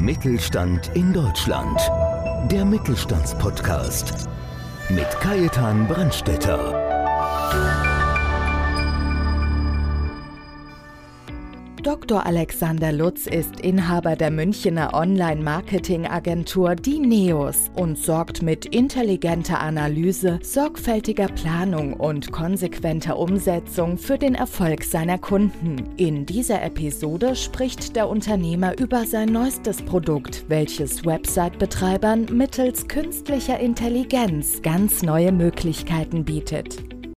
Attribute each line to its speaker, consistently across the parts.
Speaker 1: Mittelstand in Deutschland. Der Mittelstandspodcast mit Kajetan Brandstetter.
Speaker 2: Dr. Alexander Lutz ist Inhaber der Münchner Online-Marketing-Agentur Dineos und sorgt mit intelligenter Analyse, sorgfältiger Planung und konsequenter Umsetzung für den Erfolg seiner Kunden. In dieser Episode spricht der Unternehmer über sein neuestes Produkt, welches Website-Betreibern mittels künstlicher Intelligenz ganz neue Möglichkeiten bietet.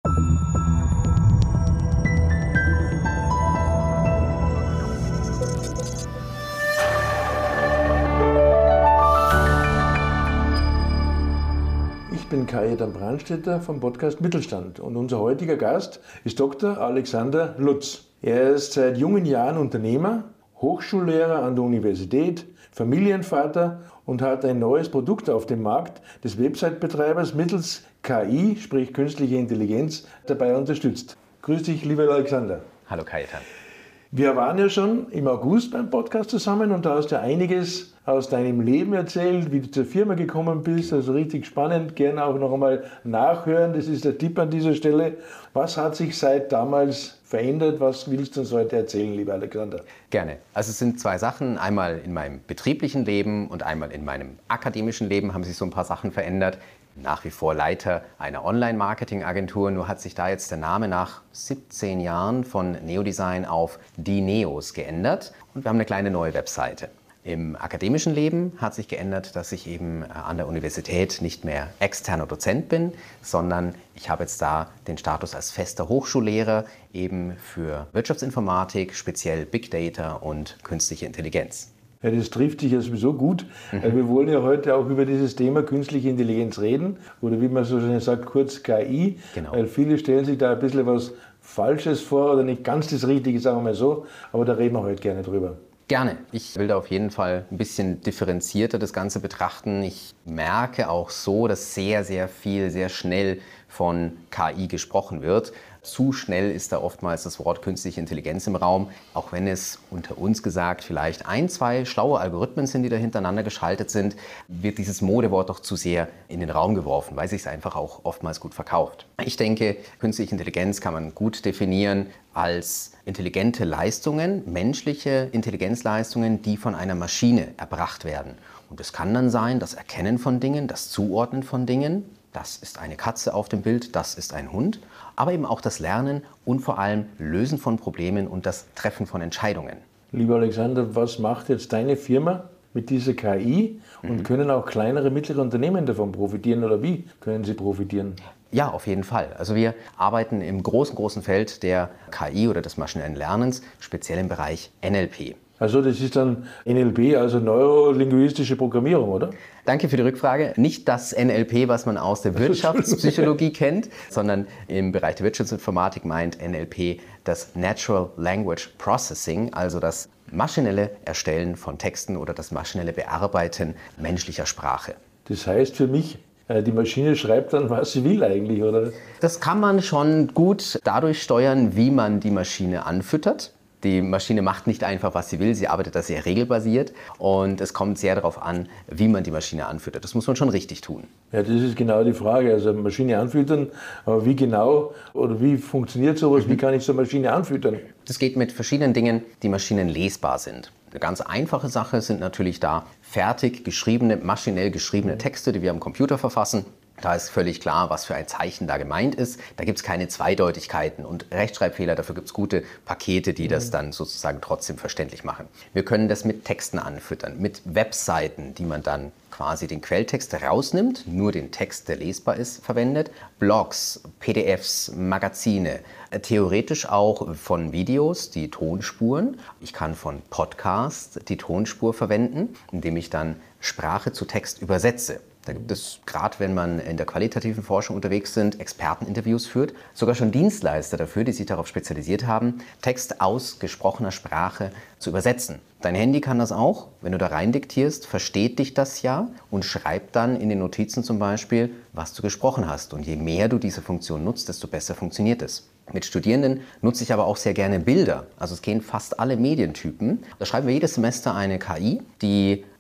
Speaker 3: Ich bin Kajetan Brandstetter vom Podcast Mittelstand und unser heutiger Gast ist Dr. Alexander Lutz. Er ist seit jungen Jahren Unternehmer, Hochschullehrer an der Universität, Familienvater und hat ein neues Produkt auf dem Markt des Website-Betreibers mittels KI, sprich künstliche Intelligenz, dabei unterstützt. Grüß dich, lieber Alexander.
Speaker 4: Hallo Kajetan.
Speaker 3: Wir waren ja schon im August beim Podcast zusammen und da hast du einiges aus deinem Leben erzählt, wie du zur Firma gekommen bist, also richtig spannend, gerne auch noch einmal nachhören, das ist der Tipp an dieser Stelle. Was hat sich seit damals verändert, was willst du uns heute erzählen, lieber Alexander?
Speaker 4: Gerne. Also es sind zwei Sachen, einmal in meinem betrieblichen Leben und einmal in meinem akademischen Leben haben sich so ein paar Sachen verändert. Nach wie vor Leiter einer Online-Marketing-Agentur, nur hat sich da jetzt der Name nach 17 Jahren von Neodesign auf Dineos geändert und wir haben eine kleine neue Webseite. Im akademischen Leben hat sich geändert, dass ich eben an der Universität nicht mehr externer Dozent bin, sondern ich habe jetzt da den Status als fester Hochschullehrer eben für Wirtschaftsinformatik, speziell Big Data und künstliche Intelligenz.
Speaker 3: Ja, das trifft dich ja sowieso gut. Wir wollen ja heute auch über dieses Thema künstliche Intelligenz reden oder wie man so schön sagt, kurz KI.
Speaker 4: Genau.
Speaker 3: Weil viele stellen sich da ein bisschen was Falsches vor oder nicht ganz das Richtige, sagen wir mal so. Aber da reden wir heute gerne drüber.
Speaker 4: Gerne. Ich will da auf jeden Fall ein bisschen differenzierter das Ganze betrachten. Ich merke auch so, dass sehr, sehr viel, sehr schnell von KI gesprochen wird. Zu schnell ist da oftmals das Wort künstliche Intelligenz im Raum, auch wenn es unter uns gesagt vielleicht ein, zwei schlaue Algorithmen sind, die da hintereinander geschaltet sind, wird dieses Modewort doch zu sehr in den Raum geworfen, weil sich es einfach auch oftmals gut verkauft. Ich denke, künstliche Intelligenz kann man gut definieren als intelligente Leistungen, menschliche Intelligenzleistungen, die von einer Maschine erbracht werden. Und es kann dann sein, das Erkennen von Dingen, das Zuordnen von Dingen, das ist eine Katze auf dem Bild, das ist ein Hund, aber eben auch das Lernen und vor allem Lösen von Problemen und das Treffen von Entscheidungen.
Speaker 3: Lieber Alexander, was macht jetzt deine Firma mit dieser KI und können auch kleinere, mittlere Unternehmen davon profitieren oder wie können sie profitieren?
Speaker 4: Ja, auf jeden Fall. Also wir arbeiten im großen Feld der KI oder des maschinellen Lernens, speziell im Bereich NLP.
Speaker 3: Also das ist dann NLP, also neurolinguistische Programmierung, oder?
Speaker 4: Danke für die Rückfrage. Nicht das NLP, was man aus der Wirtschaftspsychologie kennt, sondern im Bereich der Wirtschaftsinformatik meint NLP das Natural Language Processing, also das maschinelle Erstellen von Texten oder das maschinelle Bearbeiten menschlicher Sprache.
Speaker 3: Das heißt für mich, die Maschine schreibt dann, was sie will eigentlich, oder?
Speaker 4: Das kann man schon gut dadurch steuern, wie man die Maschine anfüttert. Die Maschine macht nicht einfach, was sie will, sie arbeitet da sehr regelbasiert und es kommt sehr darauf an, wie man die Maschine anfüttert. Das muss man schon richtig tun.
Speaker 3: Ja, das ist genau die Frage. Also Maschine anfüttern, aber wie genau oder wie funktioniert sowas, wie kann ich so eine Maschine anfüttern?
Speaker 4: Das geht mit verschiedenen Dingen, die Maschinen lesbar sind. Eine ganz einfache Sache sind natürlich da fertig geschriebene, maschinell geschriebene Texte, die wir am Computer verfassen. Da ist völlig klar, was für ein Zeichen da gemeint ist. Da gibt es keine Zweideutigkeiten und Rechtschreibfehler. Dafür gibt es gute Pakete, die das dann sozusagen trotzdem verständlich machen. Wir können das mit Texten anfüttern, mit Webseiten, die man dann quasi den Quelltext rausnimmt, nur den Text, der lesbar ist, verwendet. Blogs, PDFs, Magazine, theoretisch auch von Videos die Tonspuren. Ich kann von Podcasts die Tonspur verwenden, indem ich dann Sprache zu Text übersetze. Da gibt es, gerade wenn man in der qualitativen Forschung unterwegs sind, Experteninterviews führt, sogar schon Dienstleister dafür, die sich darauf spezialisiert haben, Text aus gesprochener Sprache zu übersetzen. Dein Handy kann das auch. Wenn du da rein diktierst, versteht dich das ja und schreibt dann in den Notizen zum Beispiel, was du gesprochen hast. Und je mehr du diese Funktion nutzt, desto besser funktioniert es. Mit Studierenden nutze ich aber auch sehr gerne Bilder. Also es gehen fast alle Medientypen. Da schreiben wir jedes Semester eine KI, die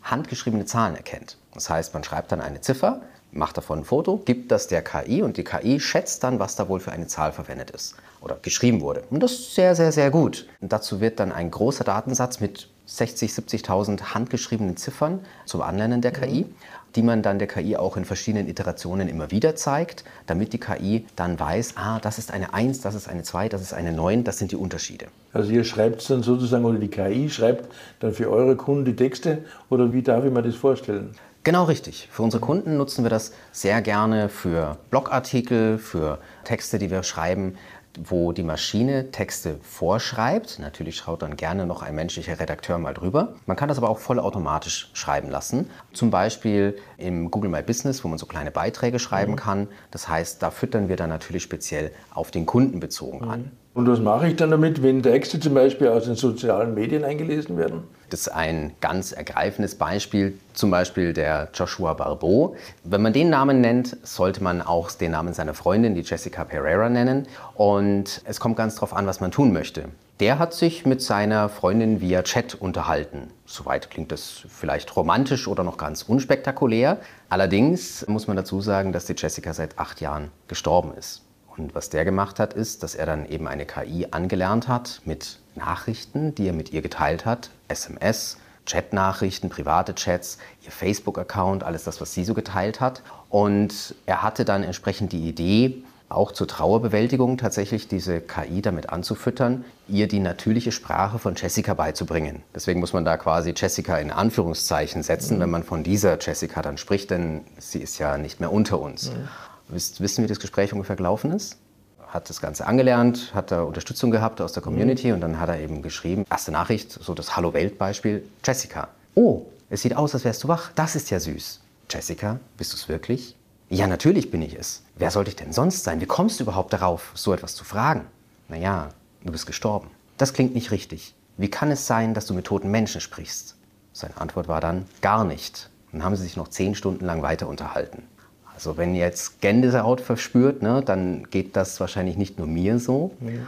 Speaker 4: handgeschriebene Zahlen erkennt. Das heißt, man schreibt dann eine Ziffer, macht davon ein Foto, gibt das der KI und die KI schätzt dann, was da wohl für eine Zahl verwendet ist oder geschrieben wurde. Und das ist sehr, sehr, sehr gut. Und dazu wird dann ein großer Datensatz mit 60.000, 70.000 handgeschriebenen Ziffern zum Anlernen der KI, die man dann der KI auch in verschiedenen Iterationen immer wieder zeigt, damit die KI dann weiß, das ist eine 1, das ist eine 2, das ist eine 9, das sind die Unterschiede.
Speaker 3: Also ihr schreibt es dann sozusagen, oder die KI schreibt dann für eure Kunden die Texte, oder wie darf ich mir das vorstellen?
Speaker 4: Genau richtig. Für unsere Kunden nutzen wir das sehr gerne für Blogartikel, für Texte, die wir schreiben, wo die Maschine Texte vorschreibt. Natürlich schaut dann gerne noch ein menschlicher Redakteur mal drüber. Man kann das aber auch vollautomatisch schreiben lassen. Zum Beispiel im Google My Business, wo man so kleine Beiträge schreiben kann. Das heißt, da füttern wir dann natürlich speziell auf den Kunden bezogen an.
Speaker 3: Und was mache ich dann damit, wenn Texte zum Beispiel aus den sozialen Medien eingelesen werden?
Speaker 4: Das ist ein ganz ergreifendes Beispiel, zum Beispiel der Joshua Barbeau. Wenn man den Namen nennt, sollte man auch den Namen seiner Freundin, die Jessica Pereira, nennen. Und es kommt ganz darauf an, was man tun möchte. Der hat sich mit seiner Freundin via Chat unterhalten. Soweit klingt das vielleicht romantisch oder noch ganz unspektakulär. Allerdings muss man dazu sagen, dass die Jessica seit 8 Jahren gestorben ist. Und was der gemacht hat, ist, dass er dann eben eine KI angelernt hat mit Nachrichten, die er mit ihr geteilt hat, SMS, Chatnachrichten, private Chats, ihr Facebook-Account, alles das, was sie so geteilt hat. Und er hatte dann entsprechend die Idee, auch zur Trauerbewältigung tatsächlich diese KI damit anzufüttern, ihr die natürliche Sprache von Jessica beizubringen. Deswegen muss man da quasi Jessica in Anführungszeichen setzen, wenn man von dieser Jessica dann spricht, denn sie ist ja nicht mehr unter uns. Wissen, wie das Gespräch ungefähr gelaufen ist? Hat das Ganze angelernt, hat da Unterstützung gehabt aus der Community und dann hat er eben geschrieben, erste Nachricht, so das Hallo-Welt-Beispiel, Jessica. Oh, es sieht aus, als wärst du wach, das ist ja süß. Jessica, bist du es wirklich? Ja, natürlich bin ich es. Wer sollte ich denn sonst sein? Wie kommst du überhaupt darauf, so etwas zu fragen? Naja, du bist gestorben. Das klingt nicht richtig. Wie kann es sein, dass du mit toten Menschen sprichst? Seine Antwort war dann, gar nicht. Dann haben sie sich noch 10 Stunden lang weiter unterhalten. Also wenn ihr jetzt Gänsehaut verspürt, ne, dann geht das wahrscheinlich nicht nur mir so.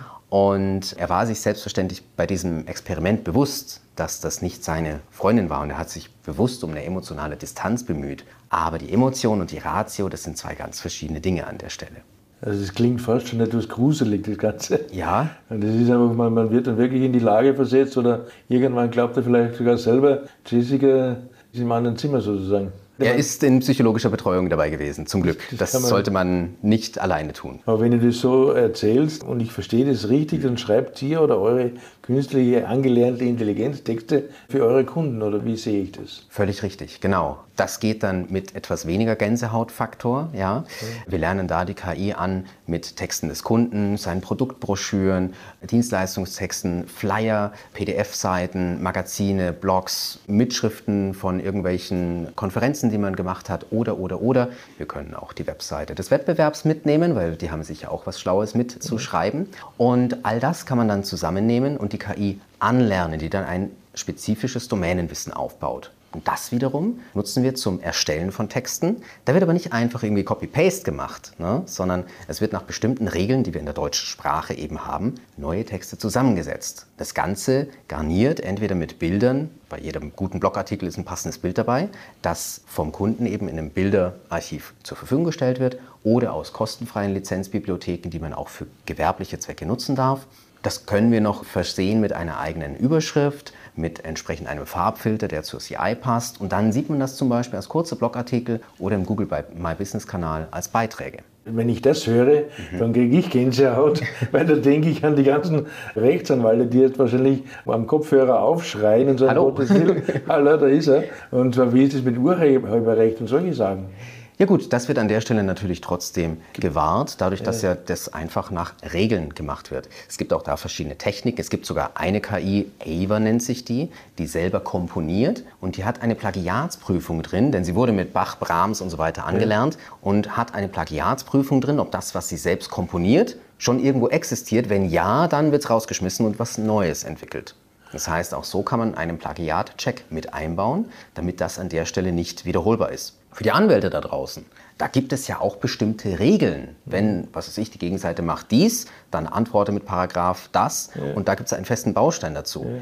Speaker 4: Und er war sich selbstverständlich bei diesem Experiment bewusst, dass das nicht seine Freundin war. Und er hat sich bewusst um eine emotionale Distanz bemüht. Aber die Emotion und die Ratio, das sind 2 ganz verschiedene Dinge an der Stelle.
Speaker 3: Also das klingt fast schon etwas gruselig, das Ganze.
Speaker 4: Ja.
Speaker 3: Und das ist einfach, man wird dann wirklich in die Lage versetzt oder irgendwann glaubt er vielleicht sogar selber, Jessica ist im anderen Zimmer sozusagen.
Speaker 4: Er ist in psychologischer Betreuung dabei gewesen, zum Glück. Das sollte man nicht alleine tun.
Speaker 3: Aber wenn du das so erzählst und ich verstehe das richtig, dann schreibt ihr oder eure künstliche angelernte Intelligenz Texte für eure Kunden, oder wie sehe ich das?
Speaker 4: Völlig richtig, genau. Das geht dann mit etwas weniger Gänsehautfaktor. Ja. Wir lernen da die KI an mit Texten des Kunden, seinen Produktbroschüren, Dienstleistungstexten, Flyer, PDF-Seiten, Magazine, Blogs, Mitschriften von irgendwelchen Konferenzen, die man gemacht hat, oder. Wir können auch die Webseite des Wettbewerbs mitnehmen, weil die haben sicher auch was Schlaues mitzuschreiben. Und all das kann man dann zusammennehmen und die KI anlernen, die dann ein spezifisches Domänenwissen aufbaut. Und das wiederum nutzen wir zum Erstellen von Texten. Da wird aber nicht einfach irgendwie Copy-Paste gemacht, ne? Sondern es wird nach bestimmten Regeln, die wir in der deutschen Sprache eben haben, neue Texte zusammengesetzt. Das Ganze garniert entweder mit Bildern, bei jedem guten Blogartikel ist ein passendes Bild dabei, das vom Kunden eben in einem Bilderarchiv zur Verfügung gestellt wird oder aus kostenfreien Lizenzbibliotheken, die man auch für gewerbliche Zwecke nutzen darf. Das können wir noch versehen mit einer eigenen Überschrift, mit entsprechend einem Farbfilter, der zur CI passt. Und dann sieht man das zum Beispiel als kurze Blogartikel oder im Google My Business Kanal als Beiträge.
Speaker 3: Wenn ich das höre, dann kriege ich Gänsehaut, weil da denke ich an die ganzen Rechtsanwälte, die jetzt wahrscheinlich am Kopfhörer aufschreien und sagen,
Speaker 4: Hallo.
Speaker 3: Gottes Willen, hallo, da ist er. Und wie ist es mit Urheberrecht und solche Sachen?
Speaker 4: Ja gut, das wird an der Stelle natürlich trotzdem gewahrt, dadurch, dass ja das einfach nach Regeln gemacht wird. Es gibt auch da verschiedene Techniken. Es gibt sogar eine KI, Ava nennt sich die selber komponiert und die hat eine Plagiatsprüfung drin, denn sie wurde mit Bach, Brahms und so weiter angelernt und hat eine Plagiatsprüfung drin, ob das, was sie selbst komponiert, schon irgendwo existiert. Wenn ja, dann wird es rausgeschmissen und was Neues entwickelt. Das heißt, auch so kann man einen Plagiat-Check mit einbauen, damit das an der Stelle nicht wiederholbar ist. Für die Anwälte da draußen, da gibt es ja auch bestimmte Regeln. Wenn, was weiß ich, die Gegenseite macht dies, dann antworte mit Paragraph das und da gibt es einen festen Baustein dazu. Ich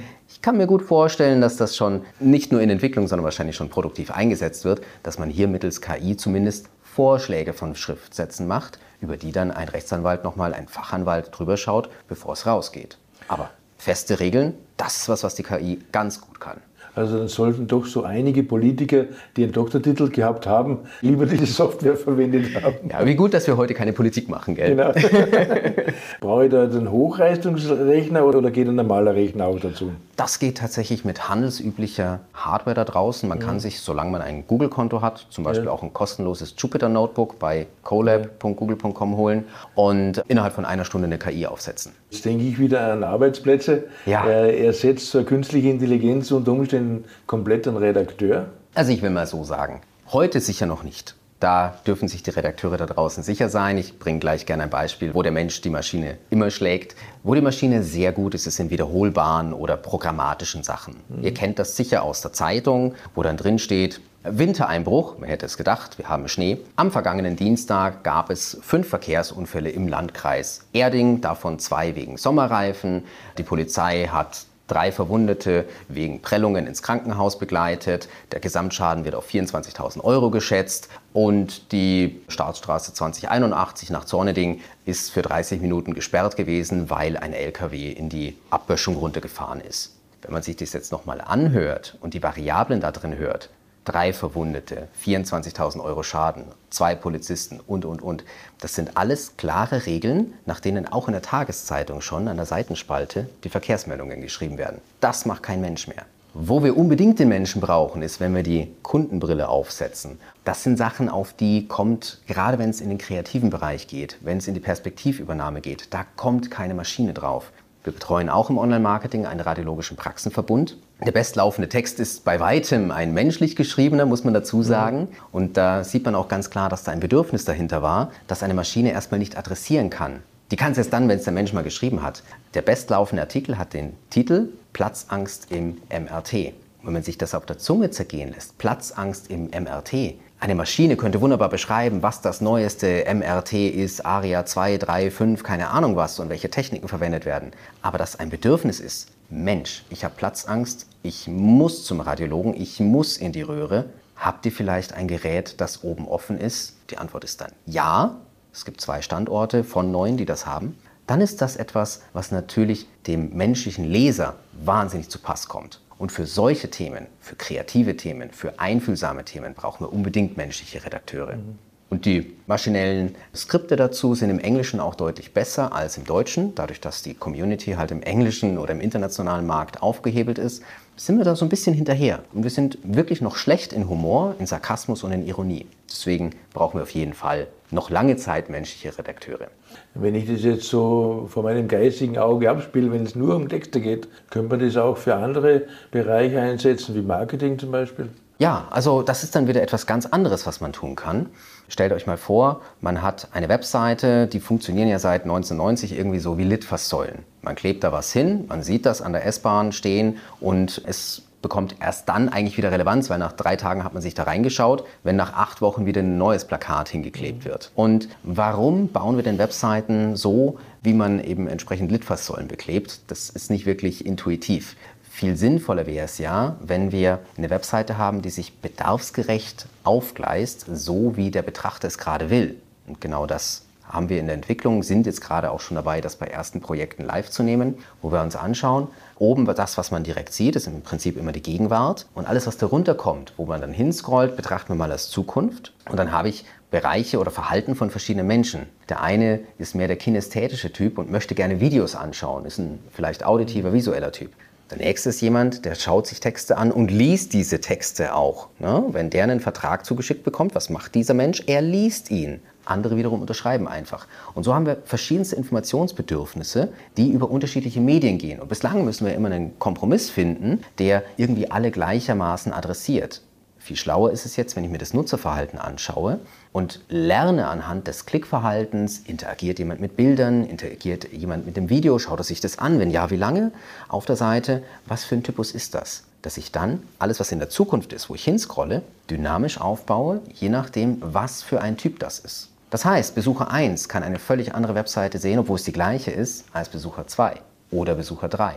Speaker 4: Ich kann mir gut vorstellen, dass das schon nicht nur in Entwicklung, sondern wahrscheinlich schon produktiv eingesetzt wird, dass man hier mittels KI zumindest Vorschläge von Schriftsätzen macht, über die dann ein Rechtsanwalt nochmal, ein Fachanwalt drüber schaut, bevor es rausgeht. Aber feste Regeln, das ist was die KI ganz gut kann.
Speaker 3: Also dann sollten doch so einige Politiker, die einen Doktortitel gehabt haben, lieber diese Software verwendet haben.
Speaker 4: Ja, wie gut, dass wir heute keine Politik machen, gell?
Speaker 3: Genau. Brauche ich da einen Hochleistungsrechner oder geht ein normaler Rechner auch dazu?
Speaker 4: Das geht tatsächlich mit handelsüblicher Hardware da draußen. Man kann sich, solange man ein Google-Konto hat, zum Beispiel auch ein kostenloses Jupyter-Notebook bei colab.google.com holen und innerhalb von einer Stunde eine KI aufsetzen.
Speaker 3: Jetzt denke ich wieder an Arbeitsplätze.
Speaker 4: Ja.
Speaker 3: Ersetzt so eine künstliche Intelligenz unter Umständen komplett einen Redakteur?
Speaker 4: Also ich will mal so sagen, heute sicher noch nicht. Da dürfen sich die Redakteure da draußen sicher sein. Ich bringe gleich gerne ein Beispiel, wo der Mensch die Maschine immer schlägt. Wo die Maschine sehr gut ist, ist in wiederholbaren oder programmatischen Sachen. Ihr kennt das sicher aus der Zeitung, wo dann drin steht, Wintereinbruch, man hätte es gedacht, wir haben Schnee. Am vergangenen Dienstag gab es 5 Verkehrsunfälle im Landkreis Erding, davon 2 wegen Sommerreifen. Die Polizei hat 3 Verwundete wegen Prellungen ins Krankenhaus begleitet. Der Gesamtschaden wird auf 24.000 € geschätzt. Und die Staatsstraße 2081 nach Zorneding ist für 30 Minuten gesperrt gewesen, weil ein LKW in die Abböschung runtergefahren ist. Wenn man sich das jetzt nochmal anhört und die Variablen da drin hört, 3 Verwundete, 24.000 € Schaden, 2 Polizisten und. Das sind alles klare Regeln, nach denen auch in der Tageszeitung schon an der Seitenspalte die Verkehrsmeldungen geschrieben werden. Das macht kein Mensch mehr. Wo wir unbedingt den Menschen brauchen, ist, wenn wir die Kundenbrille aufsetzen. Das sind Sachen, auf die kommt, gerade wenn es in den kreativen Bereich geht, wenn es in die Perspektivübernahme geht, da kommt keine Maschine drauf. Wir betreuen auch im Online-Marketing einen radiologischen Praxenverbund. Der bestlaufende Text ist bei weitem ein menschlich geschriebener, muss man dazu sagen. Und da sieht man auch ganz klar, dass da ein Bedürfnis dahinter war, das eine Maschine erstmal nicht adressieren kann. Die kann es erst dann, wenn es der Mensch mal geschrieben hat. Der bestlaufende Artikel hat den Titel Platzangst im MRT. Wenn man sich das auf der Zunge zergehen lässt, Platzangst im MRT. Eine Maschine könnte wunderbar beschreiben, was das neueste MRT ist, ARIA 2, 3, 5, keine Ahnung was und welche Techniken verwendet werden. Aber dass ein Bedürfnis ist, Mensch, ich habe Platzangst, ich muss zum Radiologen, ich muss in die Röhre. Habt ihr vielleicht ein Gerät, das oben offen ist? Die Antwort ist dann ja. Es gibt 2 Standorte von 9, die das haben. Dann ist das etwas, was natürlich dem menschlichen Leser wahnsinnig zu Pass kommt. Und für solche Themen, für kreative Themen, für einfühlsame Themen brauchen wir unbedingt menschliche Redakteure. Und die maschinellen Skripte dazu sind im Englischen auch deutlich besser als im Deutschen. Dadurch, dass die Community halt im englischen oder im internationalen Markt aufgehebelt ist, sind wir da so ein bisschen hinterher. Und wir sind wirklich noch schlecht in Humor, in Sarkasmus und in Ironie. Deswegen brauchen wir auf jeden Fall noch lange Zeit menschliche Redakteure.
Speaker 3: Wenn ich das jetzt so vor meinem geistigen Auge abspiele, wenn es nur um Texte geht, könnte man das auch für andere Bereiche einsetzen, wie Marketing zum Beispiel?
Speaker 4: Ja, also das ist dann wieder etwas ganz anderes, was man tun kann. Stellt euch mal vor, man hat eine Webseite, die funktionieren ja seit 1990 irgendwie so wie Litfaßsäulen. Man klebt da was hin, man sieht das an der S-Bahn stehen und es bekommt erst dann eigentlich wieder Relevanz, weil nach 3 Tagen hat man sich da reingeschaut, wenn nach 8 Wochen wieder ein neues Plakat hingeklebt wird. Und warum bauen wir denn Webseiten so, wie man eben entsprechend Litfaßsäulen beklebt? Das ist nicht wirklich intuitiv. Viel sinnvoller wäre es ja, wenn wir eine Webseite haben, die sich bedarfsgerecht aufgleist, so wie der Betrachter es gerade will. Und genau das haben wir in der Entwicklung, sind jetzt gerade auch schon dabei, das bei ersten Projekten live zu nehmen, wo wir uns anschauen, oben das, was man direkt sieht, ist im Prinzip immer die Gegenwart und alles, was darunter kommt, wo man dann hinscrollt, betrachten wir mal als Zukunft und dann habe ich Bereiche oder Verhalten von verschiedenen Menschen. Der eine ist mehr der kinästhetische Typ und möchte gerne Videos anschauen, ist ein vielleicht auditiver, visueller Typ. Der nächste ist jemand, der schaut sich Texte an und liest diese Texte auch. Ne? Wenn der einen Vertrag zugeschickt bekommt, was macht dieser Mensch? Er liest ihn. Andere wiederum unterschreiben einfach. Und so haben wir verschiedenste Informationsbedürfnisse, die über unterschiedliche Medien gehen. Und bislang müssen wir immer einen Kompromiss finden, der irgendwie alle gleichermaßen adressiert. Viel schlauer ist es jetzt, wenn ich mir das Nutzerverhalten anschaue und lerne anhand des Klickverhaltens, interagiert jemand mit Bildern, interagiert jemand mit dem Video, schaut er sich das an, wenn ja, wie lange, auf der Seite, was für ein Typus ist das? Dass ich dann alles, was in der Zukunft ist, wo ich hinscrolle, dynamisch aufbaue, je nachdem, was für ein Typ das ist. Das heißt, Besucher 1 kann eine völlig andere Webseite sehen, obwohl es die gleiche ist, als Besucher 2 oder Besucher 3.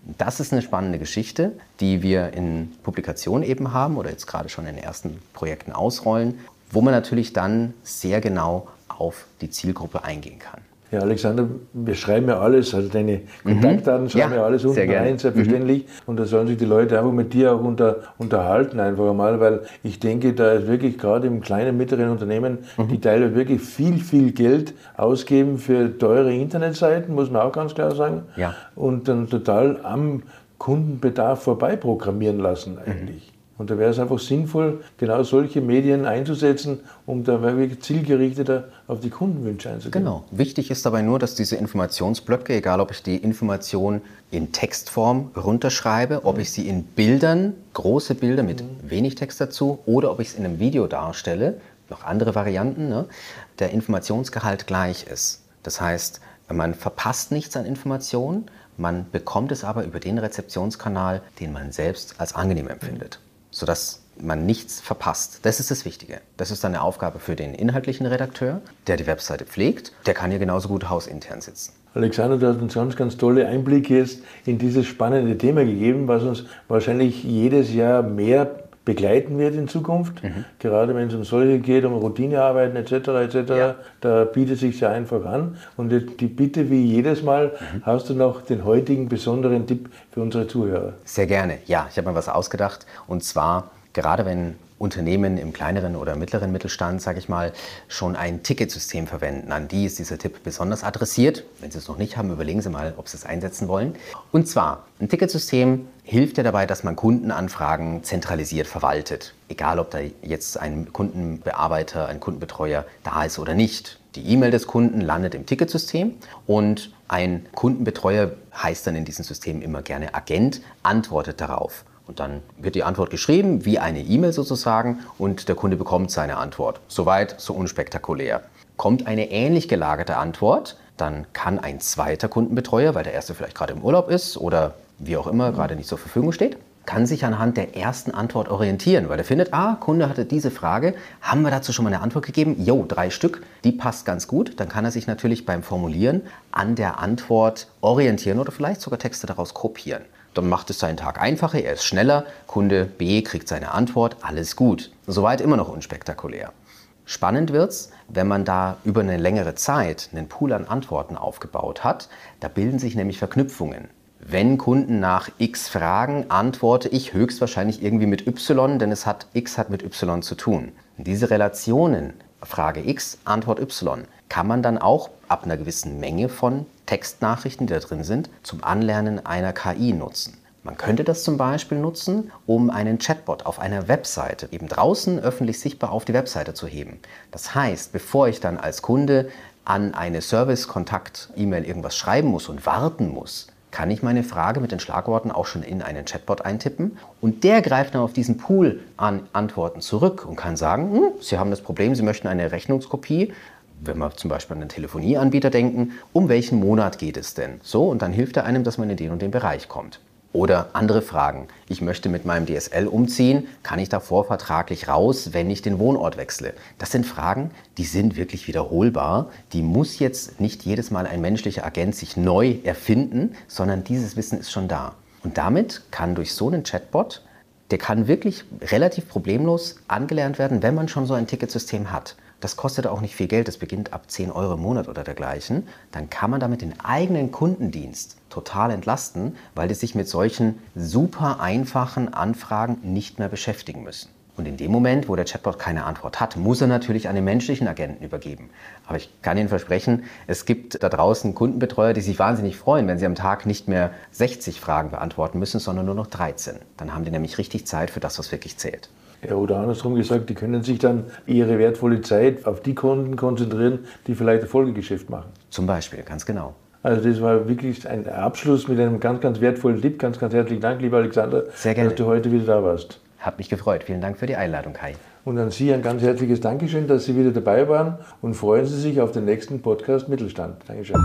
Speaker 4: Das ist eine spannende Geschichte, die wir in Publikationen eben haben oder jetzt gerade schon in den ersten Projekten ausrollen, wo man natürlich dann sehr genau auf die Zielgruppe eingehen kann.
Speaker 3: Ja, Alexander, wir schreiben ja alles, also deine Kontaktdaten schreiben wir alles unten rein, selbstverständlich. Und da sollen sich die Leute einfach mit dir auch unterhalten einfach einmal, weil ich denke, da ist wirklich gerade im kleinen, mittleren Unternehmen, die teilweise wirklich viel Geld ausgeben für teure Internetseiten, muss man auch ganz klar sagen. Ja. Und dann total am Kundenbedarf vorbei programmieren lassen eigentlich. Und da wäre es einfach sinnvoll, genau solche Medien einzusetzen, um da wirklich zielgerichteter auf die Kundenwünsche einzugehen.
Speaker 4: Genau. Wichtig ist dabei nur, dass diese Informationsblöcke, egal ob ich die Information in Textform runterschreibe, ob ich sie in Bildern, große Bilder mit wenig Text dazu, oder ob ich es in einem Video darstelle, noch andere Varianten, ne, der Informationsgehalt gleich ist. Das heißt, man verpasst nichts an Informationen, man bekommt es aber über den Rezeptionskanal, den man selbst als angenehm empfindet, sodass man nichts verpasst. Das ist das Wichtige. Das ist dann eine Aufgabe für den inhaltlichen Redakteur, der die Webseite pflegt. Der kann hier genauso gut hausintern sitzen.
Speaker 3: Alexander, du hast uns ganz tolle Einblicke jetzt in dieses spannende Thema gegeben, was uns wahrscheinlich jedes Jahr mehr begleiten wird in Zukunft. Gerade wenn es um solche geht, um Routinearbeiten etc. Ja. Da bietet es sich ja einfach an. Und die Bitte, wie jedes Mal, hast du noch den heutigen besonderen Tipp für unsere Zuhörer?
Speaker 4: Sehr gerne. Ja, ich habe mir was ausgedacht. Und zwar, gerade wenn Unternehmen im kleineren oder mittleren Mittelstand, sage ich mal, schon ein Ticketsystem verwenden. An die ist dieser Tipp besonders adressiert. Wenn Sie es noch nicht haben, überlegen Sie mal, ob Sie es einsetzen wollen. Und zwar, ein Ticketsystem hilft ja dabei, dass man Kundenanfragen zentralisiert verwaltet. Egal, ob da jetzt ein Kundenbearbeiter, ein Kundenbetreuer da ist oder nicht. Die E-Mail des Kunden landet im Ticketsystem und ein Kundenbetreuer, heißt dann in diesem System immer gerne Agent, antwortet darauf. Und dann wird die Antwort geschrieben, wie eine E-Mail sozusagen, und der Kunde bekommt seine Antwort. Soweit, so unspektakulär. Kommt eine ähnlich gelagerte Antwort, dann kann ein zweiter Kundenbetreuer, weil der erste vielleicht gerade im Urlaub ist oder wie auch immer gerade nicht zur Verfügung steht, kann sich anhand der ersten Antwort orientieren, weil er findet, Kunde hatte diese Frage, haben wir dazu schon mal eine Antwort gegeben? 3 Stück, die passt ganz gut. Dann kann er sich natürlich beim Formulieren an der Antwort orientieren oder vielleicht sogar Texte daraus kopieren. Dann macht es seinen Tag einfacher, er ist schneller, Kunde B kriegt seine Antwort, alles gut. Soweit immer noch unspektakulär. Spannend wird's, wenn man da über eine längere Zeit einen Pool an Antworten aufgebaut hat. Da bilden sich nämlich Verknüpfungen. Wenn Kunden nach X fragen, antworte ich höchstwahrscheinlich irgendwie mit Y, denn X hat mit Y zu tun. Und diese Relationen, Frage X, Antwort Y, kann man dann auch ab einer gewissen Menge von Textnachrichten, die da drin sind, zum Anlernen einer KI nutzen. Man könnte das zum Beispiel nutzen, um einen Chatbot auf einer Webseite eben draußen öffentlich sichtbar auf die Webseite zu heben. Das heißt, bevor ich dann als Kunde an eine Service-Kontakt-E-Mail irgendwas schreiben muss und warten muss, kann ich meine Frage mit den Schlagworten auch schon in einen Chatbot eintippen und der greift dann auf diesen Pool an Antworten zurück und kann sagen, Sie haben das Problem, Sie möchten eine Rechnungskopie, wenn wir zum Beispiel an den Telefonieanbieter denken, um welchen Monat geht es denn? So, und dann hilft er einem, dass man in den und den Bereich kommt. Oder andere Fragen. Ich möchte mit meinem DSL umziehen, kann ich da vorvertraglich raus, wenn ich den Wohnort wechsle? Das sind Fragen, die sind wirklich wiederholbar. Die muss jetzt nicht jedes Mal ein menschlicher Agent sich neu erfinden, sondern dieses Wissen ist schon da. Und damit kann durch so einen Chatbot, der kann wirklich relativ problemlos angelernt werden, wenn man schon so ein Ticketsystem hat. Das kostet auch nicht viel Geld, das beginnt ab 10 € im Monat oder dergleichen. Dann kann man damit den eigenen Kundendienst total entlasten, weil die sich mit solchen super einfachen Anfragen nicht mehr beschäftigen müssen. Und in dem Moment, wo der Chatbot keine Antwort hat, muss er natürlich an den menschlichen Agenten übergeben. Aber ich kann Ihnen versprechen, es gibt da draußen Kundenbetreuer, die sich wahnsinnig freuen, wenn sie am Tag nicht mehr 60 Fragen beantworten müssen, sondern nur noch 13. Dann haben die nämlich richtig Zeit für das, was wirklich zählt.
Speaker 3: Ja, oder andersrum gesagt, die können sich dann ihre wertvolle Zeit auf die Kunden konzentrieren, die vielleicht ein Folgegeschäft machen.
Speaker 4: Zum Beispiel, ganz genau.
Speaker 3: Also das war wirklich ein Abschluss mit einem ganz, ganz wertvollen Tipp. Ganz, ganz herzlichen Dank, lieber Alexander,
Speaker 4: sehr gerne,
Speaker 3: dass du heute wieder da warst.
Speaker 4: Hat mich gefreut. Vielen Dank für die Einladung, Kai.
Speaker 3: Und an Sie ein ganz herzliches Dankeschön, dass Sie wieder dabei waren und freuen Sie sich auf den nächsten Podcast Mittelstand. Dankeschön.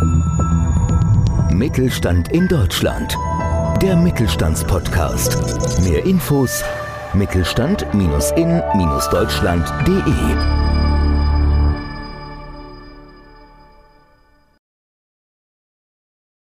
Speaker 1: Mittelstand in Deutschland. Der Mittelstandspodcast. Mehr Infos mittelstand-in-deutschland.de